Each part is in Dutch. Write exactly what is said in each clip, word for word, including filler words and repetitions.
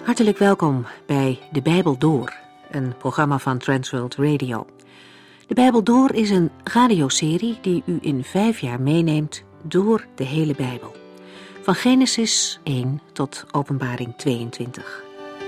Hartelijk welkom bij De Bijbel Door, een programma van Transworld Radio. De Bijbel Door is een radioserie die u in vijf jaar meeneemt door de hele Bijbel. Van Genesis één tot Openbaring tweeëntwintig.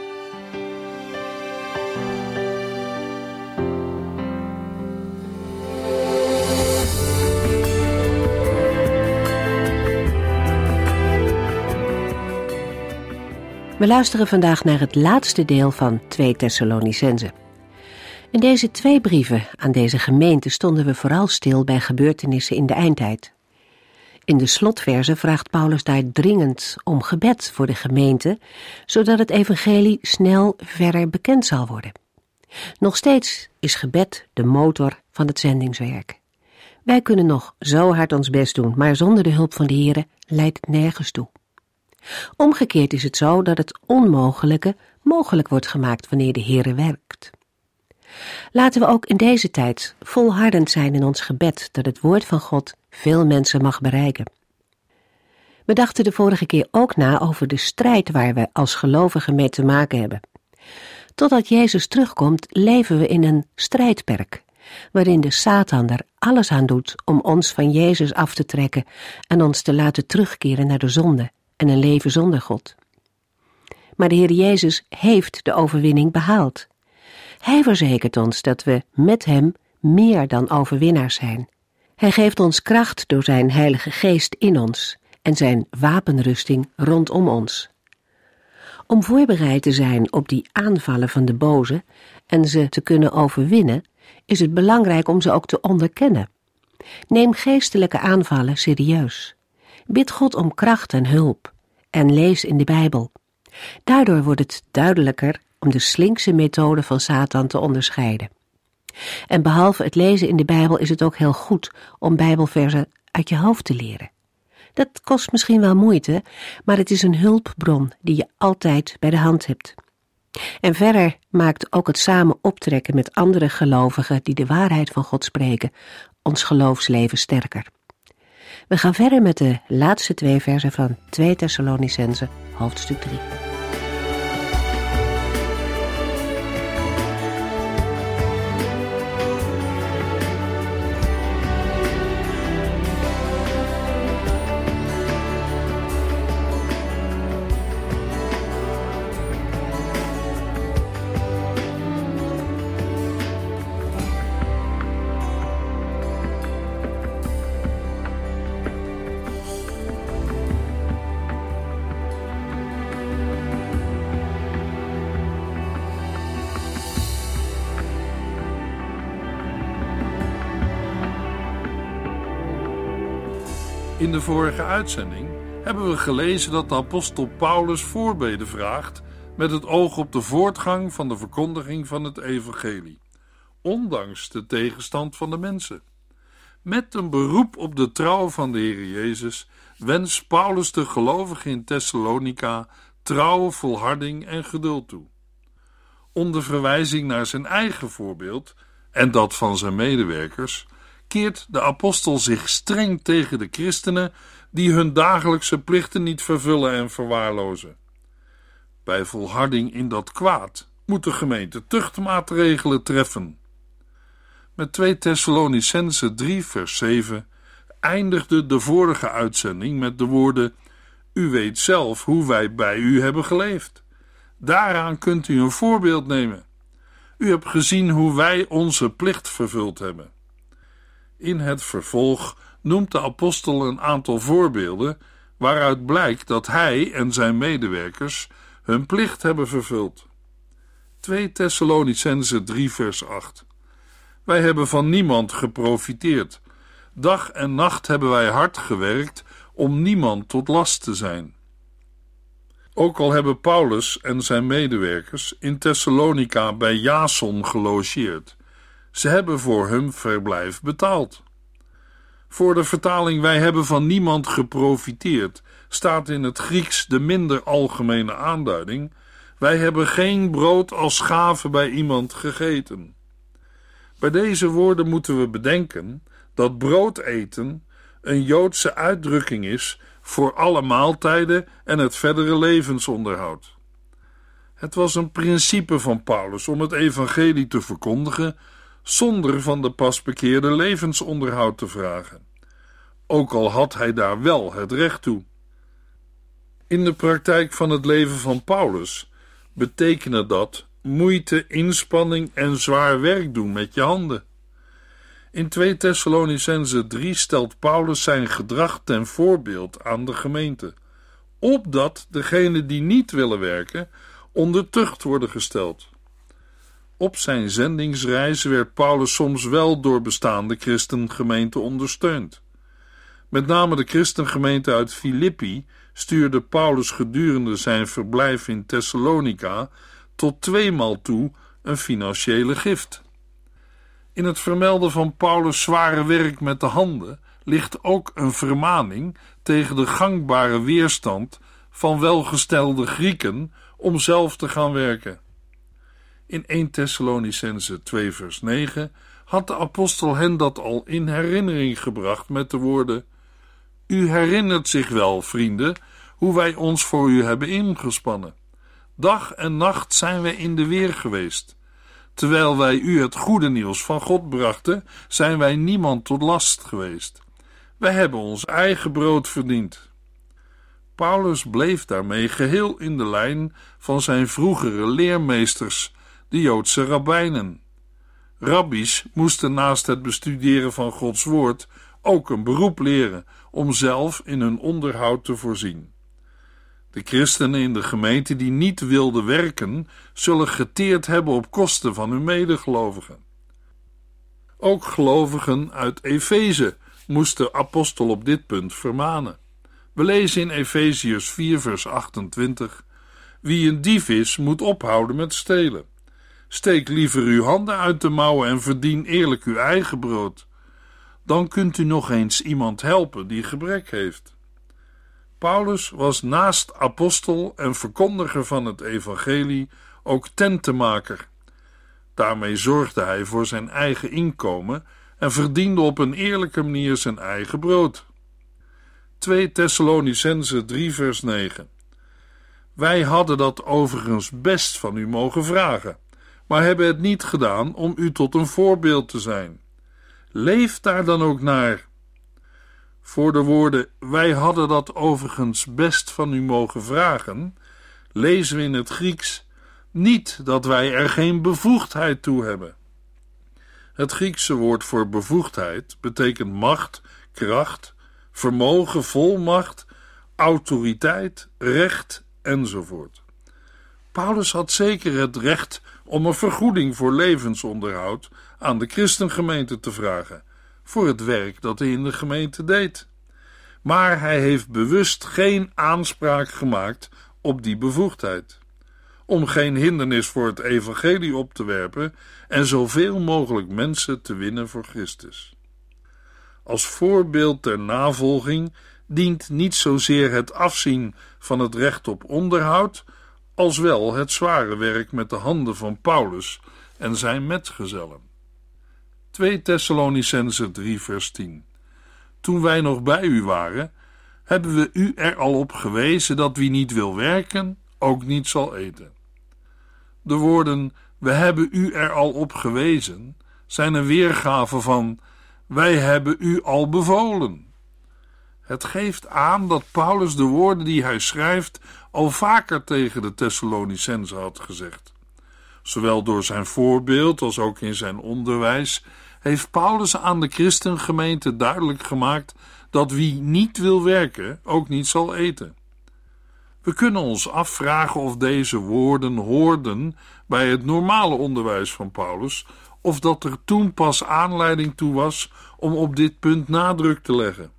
We luisteren vandaag naar het laatste deel van twee Thessalonicenzen. In deze twee brieven aan deze gemeente stonden we vooral stil bij gebeurtenissen in de eindtijd. In de slotverzen vraagt Paulus daar dringend om gebed voor de gemeente, zodat het evangelie snel verder bekend zal worden. Nog steeds is gebed de motor van het zendingswerk. Wij kunnen nog zo hard ons best doen, maar zonder de hulp van de Here leidt het nergens toe. Omgekeerd is het zo dat het onmogelijke mogelijk wordt gemaakt wanneer de Heere werkt. Laten we ook in deze tijd volhardend zijn in ons gebed dat het woord van God veel mensen mag bereiken. We dachten de vorige keer ook na over de strijd waar we als gelovigen mee te maken hebben. Totdat Jezus terugkomt, leven we in een strijdperk, waarin de Satan er alles aan doet om ons van Jezus af te trekken en ons te laten terugkeren naar de zonde en een leven zonder God. Maar de Heer Jezus heeft de overwinning behaald. Hij verzekert ons dat we met Hem meer dan overwinnaars zijn. Hij geeft ons kracht door zijn Heilige Geest in ons en zijn wapenrusting rondom ons. Om voorbereid te zijn op die aanvallen van de boze en ze te kunnen overwinnen, is het belangrijk om ze ook te onderkennen. Neem geestelijke aanvallen serieus. Bid God om kracht en hulp en lees in de Bijbel. Daardoor wordt het duidelijker om de slinkse methode van Satan te onderscheiden. En behalve het lezen in de Bijbel is het ook heel goed om Bijbelversen uit je hoofd te leren. Dat kost misschien wel moeite, maar het is een hulpbron die je altijd bij de hand hebt. En verder maakt ook het samen optrekken met andere gelovigen die de waarheid van God spreken ons geloofsleven sterker. We gaan verder met de laatste twee versen van twee Thessalonicenzen, hoofdstuk drie. In de vorige uitzending hebben we gelezen dat de apostel Paulus voorbeden vraagt met het oog op de voortgang van de verkondiging van het evangelie, ondanks de tegenstand van de mensen. Met een beroep op de trouw van de Heer Jezus wenst Paulus de gelovigen in Thessalonica trouw, volharding en geduld toe. Onder verwijzing naar zijn eigen voorbeeld en dat van zijn medewerkers keert de apostel zich streng tegen de christenen die hun dagelijkse plichten niet vervullen en verwaarlozen. Bij volharding in dat kwaad moet de gemeente tuchtmaatregelen treffen. Met twee Thessalonicenzen drie vers zeven eindigde de vorige uitzending met de woorden: U weet zelf hoe wij bij u hebben geleefd. Daaraan kunt u een voorbeeld nemen. U hebt gezien hoe wij onze plicht vervuld hebben. In het vervolg noemt de apostel een aantal voorbeelden waaruit blijkt dat hij en zijn medewerkers hun plicht hebben vervuld. twee Thessalonicenzen drie vers acht. Wij hebben van niemand geprofiteerd. Dag en nacht hebben wij hard gewerkt om niemand tot last te zijn. Ook al hebben Paulus en zijn medewerkers in Thessalonica bij Jason gelogeerd, ze hebben voor hun verblijf betaald. Voor de vertaling wij hebben van niemand geprofiteerd staat in het Grieks de minder algemene aanduiding: wij hebben geen brood als gave bij iemand gegeten. Bij deze woorden moeten we bedenken dat brood eten een Joodse uitdrukking is voor alle maaltijden en het verdere levensonderhoud. Het was een principe van Paulus om het evangelie te verkondigen zonder van de pasbekeerde levensonderhoud te vragen, ook al had hij daar wel het recht toe. In de praktijk van het leven van Paulus betekende dat moeite, inspanning en zwaar werk doen met je handen. In twee Thessalonicenzen drie stelt Paulus zijn gedrag ten voorbeeld aan de gemeente, opdat degenen die niet willen werken onder tucht worden gesteld. Op zijn zendingsreis werd Paulus soms wel door bestaande christengemeenten ondersteund. Met name de christengemeente uit Filippi stuurde Paulus gedurende zijn verblijf in Thessalonica tot tweemaal toe een financiële gift. In het vermelden van Paulus' zware werk met de handen ligt ook een vermaning tegen de gangbare weerstand van welgestelde Grieken om zelf te gaan werken. In eerste Thessalonicenzen twee vers negen had de apostel hen dat al in herinnering gebracht met de woorden: U herinnert zich wel, vrienden, hoe wij ons voor u hebben ingespannen. Dag en nacht zijn wij in de weer geweest. Terwijl wij u het goede nieuws van God brachten, zijn wij niemand tot last geweest. Wij hebben ons eigen brood verdiend. Paulus bleef daarmee geheel in de lijn van zijn vroegere leermeesters, de Joodse rabbijnen. Rabbies moesten naast het bestuderen van Gods woord ook een beroep leren om zelf in hun onderhoud te voorzien. De christenen in de gemeente die niet wilden werken, zullen geteerd hebben op kosten van hun medegelovigen. Ook gelovigen uit Efeze moest de apostel op dit punt vermanen. We lezen in Efeziërs vier vers achtentwintig: Wie een dief is, moet ophouden met stelen. Steek liever uw handen uit de mouwen en verdien eerlijk uw eigen brood. Dan kunt u nog eens iemand helpen die gebrek heeft. Paulus was naast apostel en verkondiger van het evangelie ook tentenmaker. Daarmee zorgde hij voor zijn eigen inkomen en verdiende op een eerlijke manier zijn eigen brood. twee Thessalonicenzen drie vers negen. Wij hadden dat overigens best van u mogen vragen, maar hebben het niet gedaan om u tot een voorbeeld te zijn. Leef daar dan ook naar. Voor de woorden, wij hadden dat overigens best van u mogen vragen, lezen we in het Grieks niet dat wij er geen bevoegdheid toe hebben. Het Griekse woord voor bevoegdheid betekent macht, kracht, vermogen, volmacht, autoriteit, recht enzovoort. Paulus had zeker het recht om een vergoeding voor levensonderhoud aan de christengemeente te vragen, voor het werk dat hij in de gemeente deed. Maar hij heeft bewust geen aanspraak gemaakt op die bevoegdheid, om geen hindernis voor het evangelie op te werpen en zoveel mogelijk mensen te winnen voor Christus. Als voorbeeld ter navolging dient niet zozeer het afzien van het recht op onderhoud, als wel het zware werk met de handen van Paulus en zijn metgezellen. twee Thessalonicenzen drie vers tien. Toen wij nog bij u waren, hebben we u er al op gewezen dat wie niet wil werken, ook niet zal eten. De woorden, we hebben u er al op gewezen, zijn een weergave van, wij hebben u al bevolen. Het geeft aan dat Paulus de woorden die hij schrijft al vaker tegen de Thessalonicenzen had gezegd. Zowel door zijn voorbeeld als ook in zijn onderwijs heeft Paulus aan de christengemeente duidelijk gemaakt dat wie niet wil werken ook niet zal eten. We kunnen ons afvragen of deze woorden hoorden bij het normale onderwijs van Paulus, of dat er toen pas aanleiding toe was om op dit punt nadruk te leggen.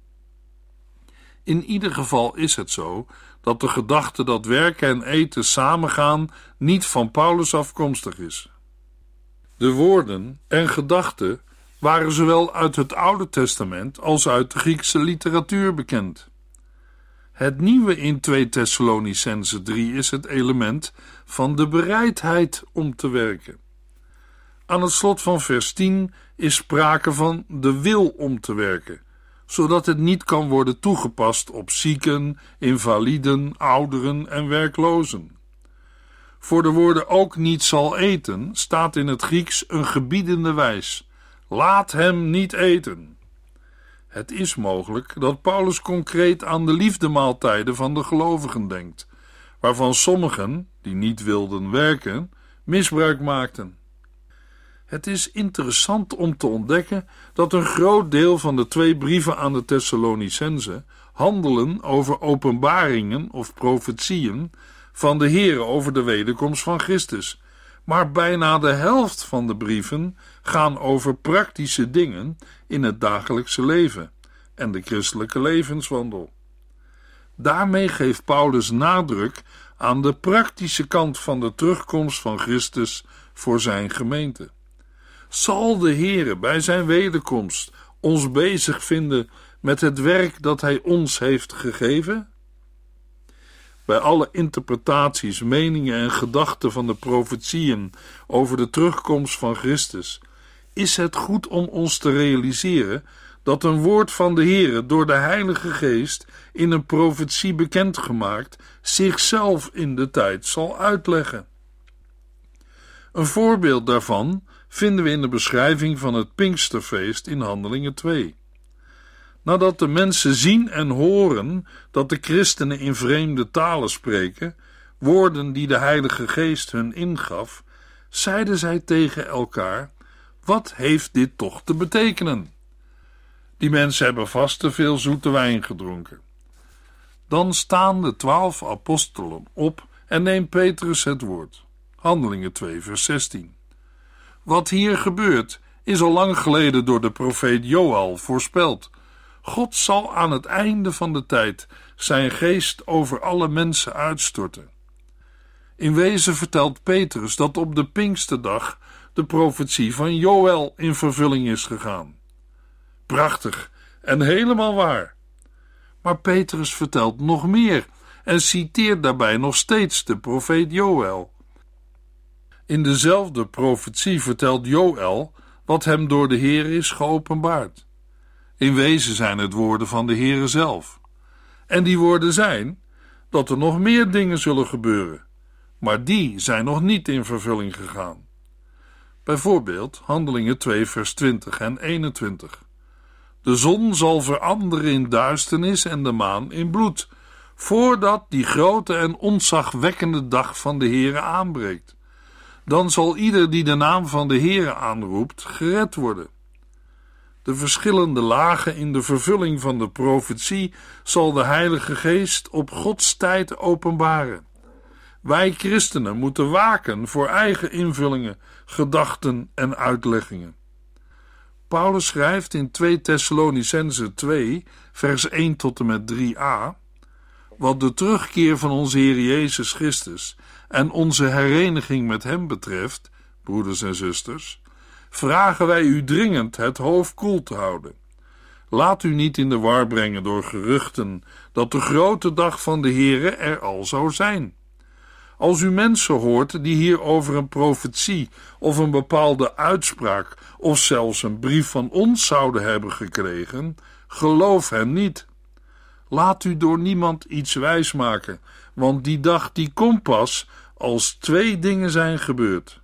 In ieder geval is het zo dat de gedachte dat werken en eten samengaan niet van Paulus afkomstig is. De woorden en gedachten waren zowel uit het Oude Testament als uit de Griekse literatuur bekend. Het nieuwe in twee Thessalonicenzen drie is het element van de bereidheid om te werken. Aan het slot van vers tien is sprake van de wil om te werken, zodat het niet kan worden toegepast op zieken, invaliden, ouderen en werklozen. Voor de woorden ook niet zal eten staat in het Grieks een gebiedende wijs. Laat hem niet eten. Het is mogelijk dat Paulus concreet aan de liefdemaaltijden van de gelovigen denkt, waarvan sommigen, die niet wilden werken, misbruik maakten. Het is interessant om te ontdekken dat een groot deel van de twee brieven aan de Thessalonicenzen handelen over openbaringen of profetieën van de Heere over de wederkomst van Christus, maar bijna de helft van de brieven gaan over praktische dingen in het dagelijkse leven en de christelijke levenswandel. Daarmee geeft Paulus nadruk aan de praktische kant van de terugkomst van Christus voor zijn gemeente. Zal de Heere bij zijn wederkomst ons bezig vinden met het werk dat hij ons heeft gegeven? Bij alle interpretaties, meningen en gedachten van de profetieën over de terugkomst van Christus is het goed om ons te realiseren dat een woord van de Heere door de Heilige Geest in een profetie bekendgemaakt zichzelf in de tijd zal uitleggen. Een voorbeeld daarvan vinden we in de beschrijving van het Pinksterfeest in Handelingen twee. Nadat de mensen zien en horen dat de christenen in vreemde talen spreken, woorden die de Heilige Geest hun ingaf, zeiden zij tegen elkaar: wat heeft dit toch te betekenen? Die mensen hebben vast te veel zoete wijn gedronken. Dan staan de twaalf apostelen op en neemt Petrus het woord. Handelingen twee vers zestien. Wat hier gebeurt is al lang geleden door de profeet Joël voorspeld. God zal aan het einde van de tijd zijn geest over alle mensen uitstorten. In wezen vertelt Petrus dat op de Pinksterdag de profetie van Joël in vervulling is gegaan. Prachtig en helemaal waar. Maar Petrus vertelt nog meer en citeert daarbij nog steeds de profeet Joël. In dezelfde profetie vertelt Joël wat hem door de Heer is geopenbaard. In wezen zijn het woorden van de Heere zelf. En die woorden zijn dat er nog meer dingen zullen gebeuren, maar die zijn nog niet in vervulling gegaan. Bijvoorbeeld Handelingen twee vers twintig en eenentwintig. De zon zal veranderen in duisternis en de maan in bloed, voordat die grote en ontzagwekkende dag van de Heere aanbreekt. Dan zal ieder die de naam van de Heere aanroept, gered worden. De verschillende lagen in de vervulling van de profetie zal de Heilige Geest op Gods tijd openbaren. Wij christenen moeten waken voor eigen invullingen, gedachten en uitleggingen. Paulus schrijft in twee Thessalonicenzen twee, vers één tot en met drie a, wat de terugkeer van onze Heer Jezus Christus en onze hereniging met hem betreft, broeders en zusters, vragen wij u dringend het hoofd koel te houden. Laat u niet in de war brengen door geruchten dat de grote dag van de Heere er al zou zijn. Als u mensen hoort die hier over een profetie of een bepaalde uitspraak of zelfs een brief van ons zouden hebben gekregen, geloof hen niet. Laat u door niemand iets wijsmaken, want die dag die komt pas als twee dingen zijn gebeurd.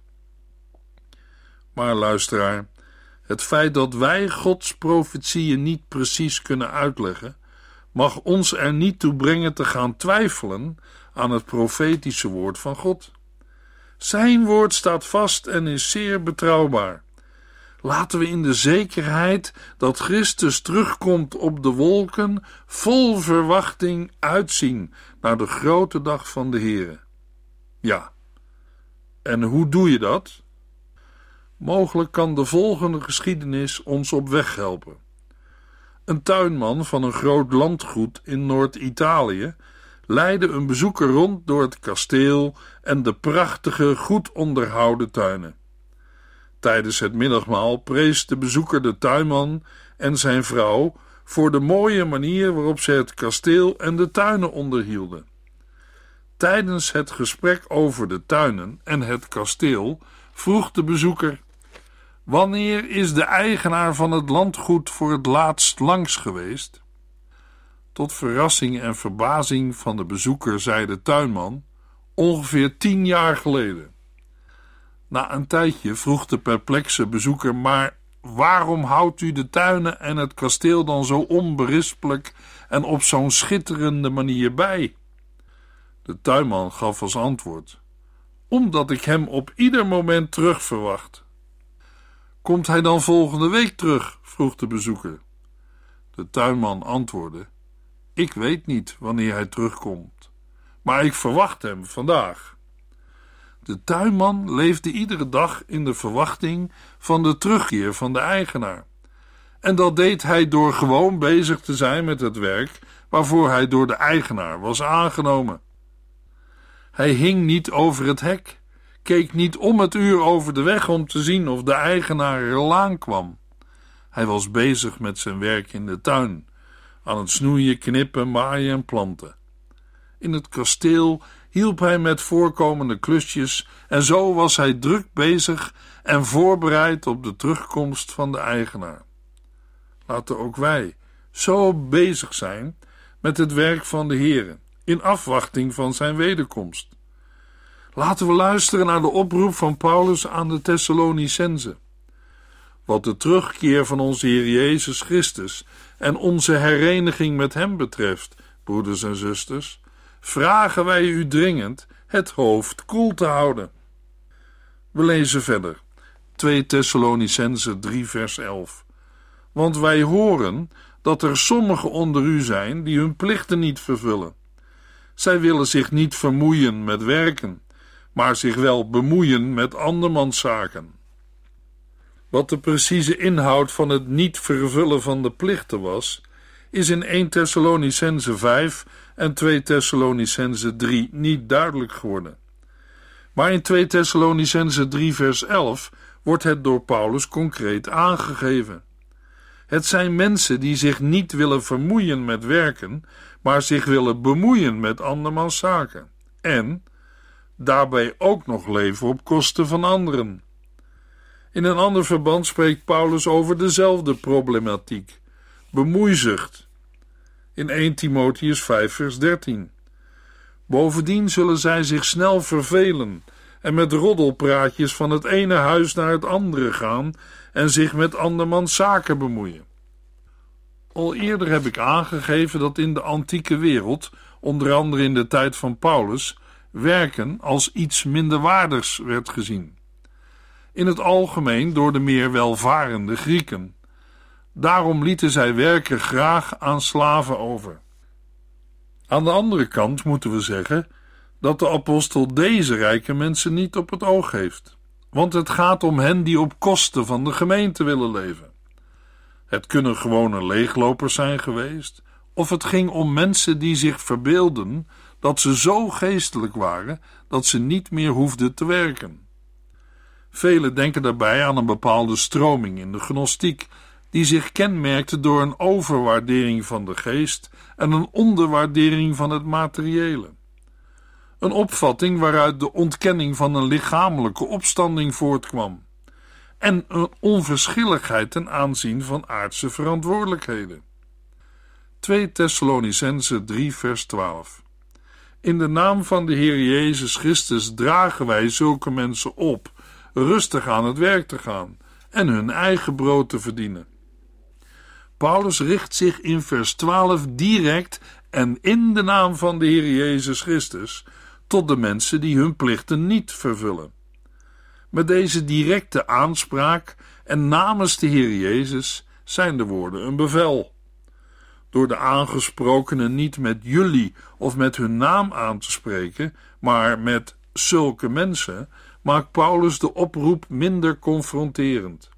Maar luisteraar, het feit dat wij Gods profetieën niet precies kunnen uitleggen, mag ons er niet toe brengen te gaan twijfelen aan het profetische woord van God. Zijn woord staat vast en is zeer betrouwbaar. Laten we in de zekerheid dat Christus terugkomt op de wolken vol verwachting uitzien naar de grote dag van de Heere. Ja, en hoe doe je dat? Mogelijk kan de volgende geschiedenis ons op weg helpen. Een tuinman van een groot landgoed in Noord-Italië leidde een bezoeker rond door het kasteel en de prachtige, goed onderhouden tuinen. Tijdens het middagmaal prees de bezoeker de tuinman en zijn vrouw voor de mooie manier waarop ze het kasteel en de tuinen onderhielden. Tijdens het gesprek over de tuinen en het kasteel vroeg de bezoeker: wanneer is de eigenaar van het landgoed voor het laatst langs geweest? Tot verrassing en verbazing van de bezoeker zei de tuinman: ongeveer tien jaar geleden. Na een tijdje vroeg de perplexe bezoeker, maar waarom houdt u de tuinen en het kasteel dan zo onberispelijk en op zo'n schitterende manier bij? De tuinman gaf als antwoord: omdat ik hem op ieder moment terug verwacht. Komt hij dan volgende week terug? Vroeg de bezoeker. De tuinman antwoordde: ik weet niet wanneer hij terugkomt, maar ik verwacht hem vandaag. De tuinman leefde iedere dag in de verwachting van de terugkeer van de eigenaar. En dat deed hij door gewoon bezig te zijn met het werk waarvoor hij door de eigenaar was aangenomen. Hij hing niet over het hek, keek niet om het uur over de weg om te zien of de eigenaar er al aankwam. Hij was bezig met zijn werk in de tuin, aan het snoeien, knippen, maaien en planten. In het kasteel hielp hij met voorkomende klusjes en zo was hij druk bezig en voorbereid op de terugkomst van de eigenaar. Laten ook wij zo bezig zijn met het werk van de Heere, in afwachting van zijn wederkomst. Laten we luisteren naar de oproep van Paulus aan de Thessalonicenzen. Wat de terugkeer van onze Heer Jezus Christus en onze hereniging met hem betreft, broeders en zusters, vragen wij u dringend het hoofd koel te houden. We lezen verder, twee Thessalonicenzen drie vers elf. Want wij horen dat er sommigen onder u zijn die hun plichten niet vervullen. Zij willen zich niet vermoeien met werken, maar zich wel bemoeien met andermans zaken. Wat de precieze inhoud van het niet vervullen van de plichten was, is in eerste Thessalonicenzen vijf en twee Thessalonicenzen drie niet duidelijk geworden. Maar in twee Thessalonicenzen drie vers elf wordt het door Paulus concreet aangegeven. Het zijn mensen die zich niet willen vermoeien met werken, maar zich willen bemoeien met andermans zaken. En daarbij ook nog leven op kosten van anderen. In een ander verband spreekt Paulus over dezelfde problematiek, bemoeizucht. In eerste Timotheüs vijf vers dertien. Bovendien zullen zij zich snel vervelen en met roddelpraatjes van het ene huis naar het andere gaan en zich met andermans zaken bemoeien. Al eerder heb ik aangegeven dat in de antieke wereld, onder andere in de tijd van Paulus, werken als iets minderwaardigs werd gezien. In het algemeen door de meer welvarende Grieken. Daarom lieten zij werken graag aan slaven over. Aan de andere kant moeten we zeggen dat de apostel deze rijke mensen niet op het oog heeft, want het gaat om hen die op kosten van de gemeente willen leven. Het kunnen gewone leeglopers zijn geweest, of het ging om mensen die zich verbeelden dat ze zo geestelijk waren dat ze niet meer hoefden te werken. Velen denken daarbij aan een bepaalde stroming in de gnostiek, die zich kenmerkte door een overwaardering van de geest en een onderwaardering van het materiële. Een opvatting waaruit de ontkenning van een lichamelijke opstanding voortkwam en een onverschilligheid ten aanzien van aardse verantwoordelijkheden. twee Thessalonicenzen drie vers twaalf. In de naam van de Heer Jezus Christus dragen wij zulke mensen op rustig aan het werk te gaan en hun eigen brood te verdienen. Paulus richt zich in vers twaalf direct en in de naam van de Heer Jezus Christus tot de mensen die hun plichten niet vervullen. Met deze directe aanspraak en namens de Heer Jezus zijn de woorden een bevel. Door de aangesprokenen niet met jullie of met hun naam aan te spreken, maar met zulke mensen, maakt Paulus de oproep minder confronterend.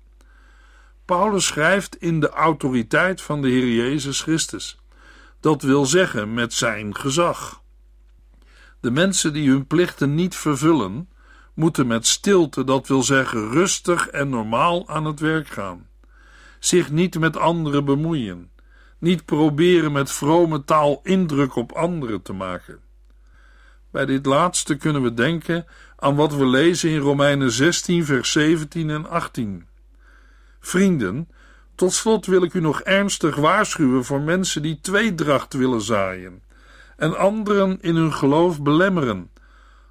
Paulus schrijft in de autoriteit van de Heer Jezus Christus. Dat wil zeggen met zijn gezag. De mensen die hun plichten niet vervullen, moeten met stilte, dat wil zeggen rustig en normaal aan het werk gaan. Zich niet met anderen bemoeien. Niet proberen met vrome taal indruk op anderen te maken. Bij dit laatste kunnen we denken aan wat we lezen in Romeinen zestien vers zeventien en achttien. Vrienden, tot slot wil ik u nog ernstig waarschuwen voor mensen die tweedracht willen zaaien en anderen in hun geloof belemmeren,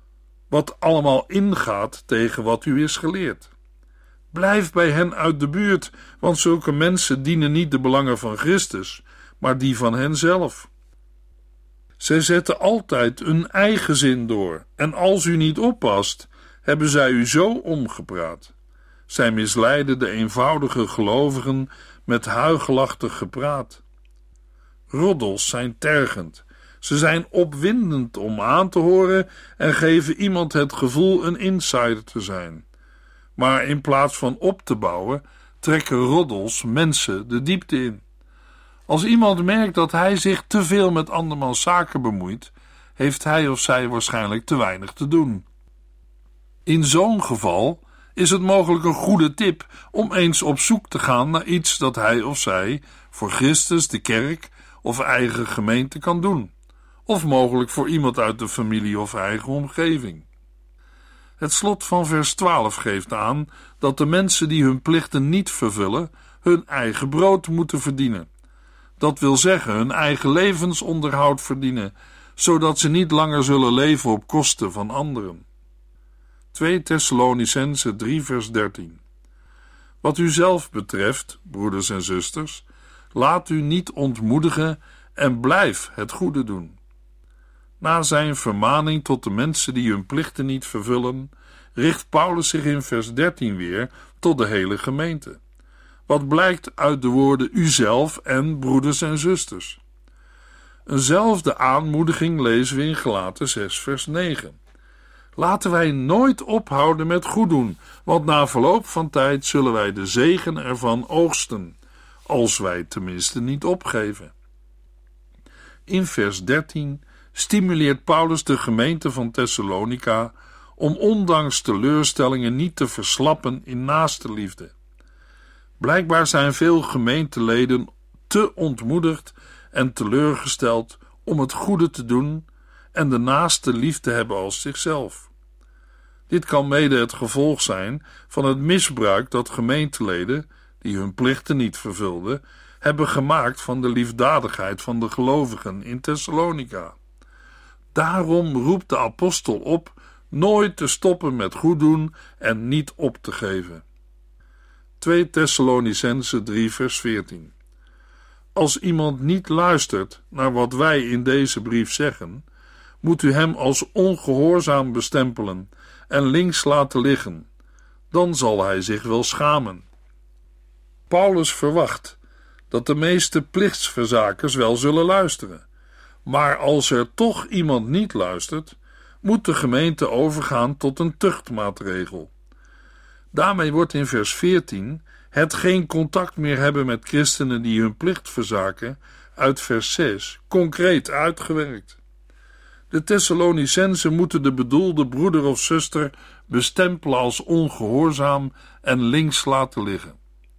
wat allemaal ingaat tegen wat u is geleerd. Blijf bij hen uit de buurt, want zulke mensen dienen niet de belangen van Christus, maar die van henzelf. Zij zetten altijd hun eigen zin door, en als u niet oppast, hebben zij u zo omgepraat. Zij misleiden de eenvoudige gelovigen met huichelachtig gepraat. Roddels zijn tergend. Ze zijn opwindend om aan te horen en geven iemand het gevoel een insider te zijn. Maar in plaats van op te bouwen, trekken roddels mensen de diepte in. Als iemand merkt dat hij zich te veel met andermans zaken bemoeit, heeft hij of zij waarschijnlijk te weinig te doen. In zo'n geval is het mogelijk een goede tip om eens op zoek te gaan naar iets dat hij of zij voor Christus, de kerk of eigen gemeente kan doen, of mogelijk voor iemand uit de familie of eigen omgeving. Het slot van vers twaalf geeft aan dat de mensen die hun plichten niet vervullen, hun eigen brood moeten verdienen. Dat wil zeggen hun eigen levensonderhoud verdienen, zodat ze niet langer zullen leven op kosten van anderen. twee Thessalonicenzen drie vers dertien. Wat u zelf betreft, broeders en zusters, laat u niet ontmoedigen en blijf het goede doen. Na zijn vermaning tot de mensen die hun plichten niet vervullen, richt Paulus zich in vers dertien weer tot de hele gemeente. Wat blijkt uit de woorden uzelf en broeders en zusters. Eenzelfde aanmoediging lezen we in Galaten zes vers negen. Laten wij nooit ophouden met goed doen, want na verloop van tijd zullen wij de zegen ervan oogsten, als wij tenminste niet opgeven. In vers dertien stimuleert Paulus de gemeente van Thessalonica om ondanks teleurstellingen niet te verslappen in naaste liefde. Blijkbaar zijn veel gemeenteleden te ontmoedigd en teleurgesteld om het goede te doen en de naaste lief te hebben als zichzelf. Dit kan mede het gevolg zijn van het misbruik dat gemeenteleden, die hun plichten niet vervulden, hebben gemaakt van de liefdadigheid van de gelovigen in Thessalonica. Daarom roept de apostel op nooit te stoppen met goed doen en niet op te geven. twee Thessalonicenzen drie vers veertien. Als iemand niet luistert naar wat wij in deze brief zeggen, moet u hem als ongehoorzaam bestempelen en links laten liggen. Dan zal hij zich wel schamen. Paulus verwacht dat de meeste plichtsverzakers wel zullen luisteren. Maar als er toch iemand niet luistert, moet de gemeente overgaan tot een tuchtmaatregel. Daarmee wordt in vers veertien het geen contact meer hebben met christenen die hun plicht verzaken uit vers zes concreet uitgewerkt. De Thessalonicenzen moeten de bedoelde broeder of zuster bestempelen als ongehoorzaam en links laten liggen.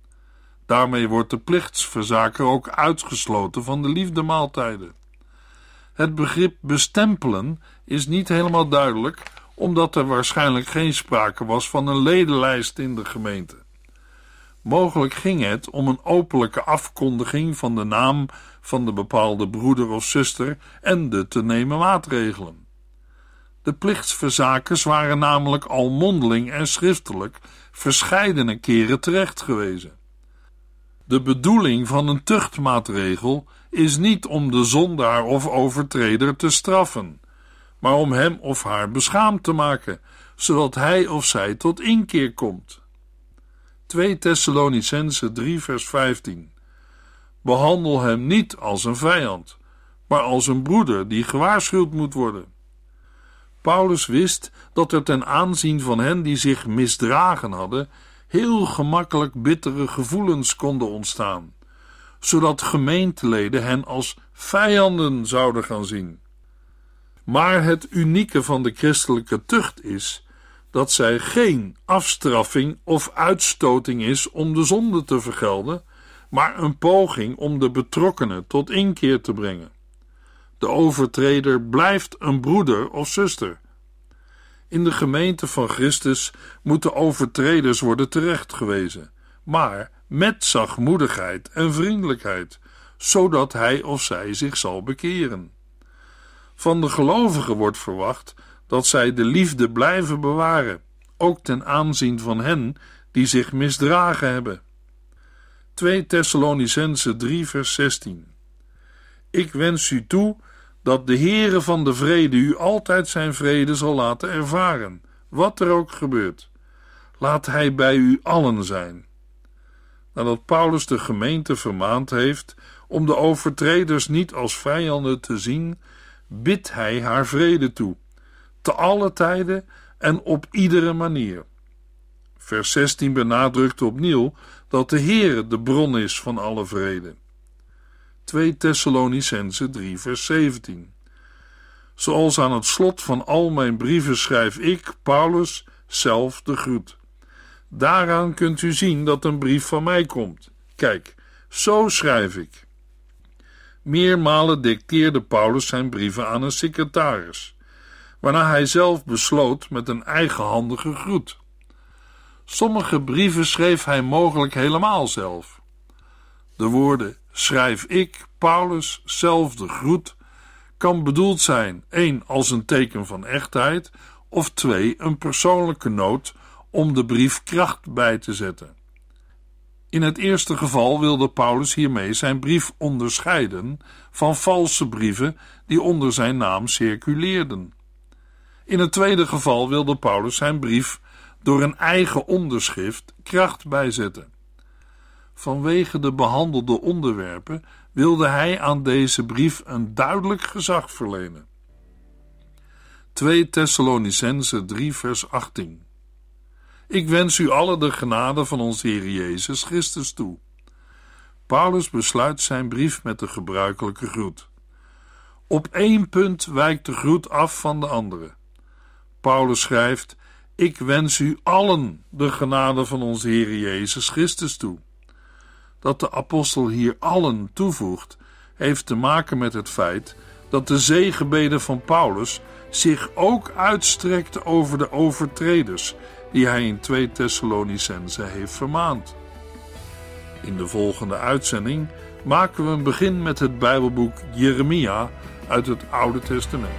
Daarmee wordt de plichtsverzaker ook uitgesloten van de liefdemaaltijden. Het begrip bestempelen is niet helemaal duidelijk, omdat er waarschijnlijk geen sprake was van een ledenlijst in de gemeente. Mogelijk ging het om een openlijke afkondiging van de naam van de bepaalde broeder of zuster en de te nemen maatregelen. De plichtsverzakers waren namelijk al mondeling en schriftelijk verscheidene keren terecht gewezen. De bedoeling van een tuchtmaatregel is niet om de zondaar of overtreder te straffen, maar om hem of haar beschaamd te maken, zodat hij of zij tot inkeer komt. twee Thessalonicenzen drie vers vijftien. Behandel hem niet als een vijand, maar als een broeder die gewaarschuwd moet worden. Paulus wist dat er ten aanzien van hen die zich misdragen hadden, heel gemakkelijk bittere gevoelens konden ontstaan, zodat gemeenteleden hen als vijanden zouden gaan zien. Maar het unieke van de christelijke tucht is dat zij geen afstraffing of uitstoting is om de zonde te vergelden, maar een poging om de betrokkenen tot inkeer te brengen. De overtreder blijft een broeder of zuster. In de gemeente van Christus moeten overtreders worden terechtgewezen, maar met zachtmoedigheid en vriendelijkheid, zodat hij of zij zich zal bekeren. Van de gelovigen wordt verwacht dat zij de liefde blijven bewaren, ook ten aanzien van hen die zich misdragen hebben. twee Thessalonicenzen drie vers zestien. Ik wens u toe dat de Heere van de vrede u altijd zijn vrede zal laten ervaren, wat er ook gebeurt. Laat hij bij u allen zijn. Nadat Paulus de gemeente vermaand heeft om de overtreders niet als vijanden te zien, bidt hij haar vrede toe, te alle tijden en op iedere manier. Vers zestien benadrukt opnieuw dat de Heere de bron is van alle vrede. twee Thessalonicenzen drie vers zeventien. Zoals aan het slot van al mijn brieven schrijf ik, Paulus, zelf de groet. Daaraan kunt u zien dat een brief van mij komt. Kijk, zo schrijf ik. Meermalen dicteerde Paulus zijn brieven aan een secretaris, waarna hij zelf besloot met een eigenhandige groet. Sommige brieven schreef hij mogelijk helemaal zelf. De woorden schrijf ik, Paulus, zelf de groet, kan bedoeld zijn, één als een teken van echtheid, of twee een persoonlijke noot om de brief kracht bij te zetten. In het eerste geval wilde Paulus hiermee zijn brief onderscheiden van valse brieven die onder zijn naam circuleerden. In het tweede geval wilde Paulus zijn brief door een eigen onderschrift kracht bijzetten. Vanwege de behandelde onderwerpen wilde hij aan deze brief een duidelijk gezag verlenen. twee Thessalonicenzen drie vers achttien. Ik wens u allen de genade van onze Heer Jezus Christus toe. Paulus besluit zijn brief met de gebruikelijke groet. Op één punt wijkt de groet af van de andere. Paulus schrijft: Ik wens u allen de genade van onze Heer Jezus Christus toe. Dat de apostel hier allen toevoegt, heeft te maken met het feit dat de zegenbede van Paulus zich ook uitstrekt over de overtreders die hij in twee Thessalonicenzen heeft vermaand. In de volgende uitzending maken we een begin met het Bijbelboek Jeremia uit het Oude Testament.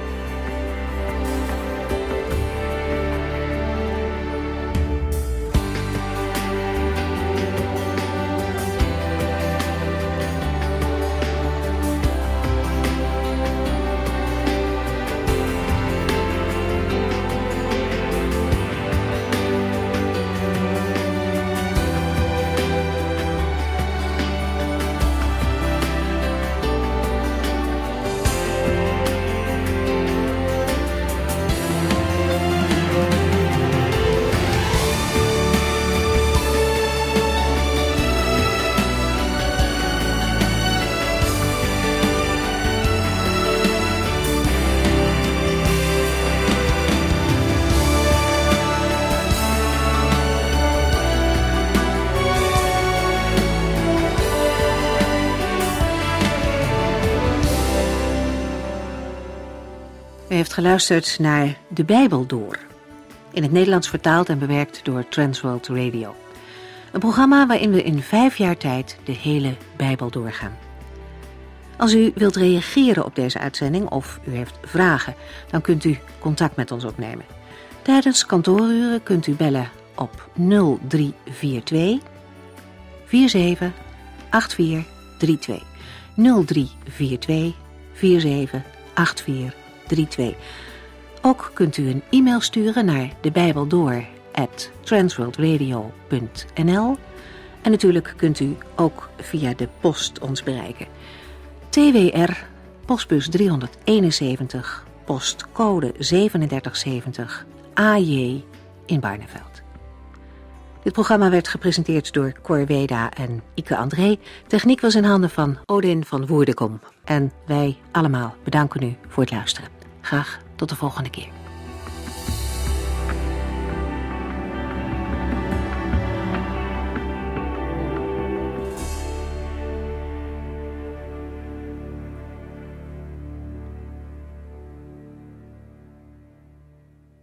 U heeft geluisterd naar De Bijbel Door, in het Nederlands vertaald en bewerkt door Transworld Radio. Een programma waarin we in vijf jaar tijd de hele Bijbel doorgaan. Als u wilt reageren op deze uitzending of u heeft vragen, dan kunt u contact met ons opnemen. Tijdens kantooruren kunt u bellen op nul drie vier twee vier zeven acht vier drie twee. nul drie vier twee vier zeven acht vier drie twee. Ook kunt u een e-mail sturen naar debijbeldoor at transworldradio punt n l en natuurlijk kunt u ook via de post ons bereiken. T W R, postbus driehonderdeenenzeventig, postcode zevenendertig zeventig, A J in Barneveld. Dit programma werd gepresenteerd door Cor Weda en Ike André. Techniek was in handen van Odin van Woerdekom. En wij allemaal bedanken u voor het luisteren. Graag tot de volgende keer.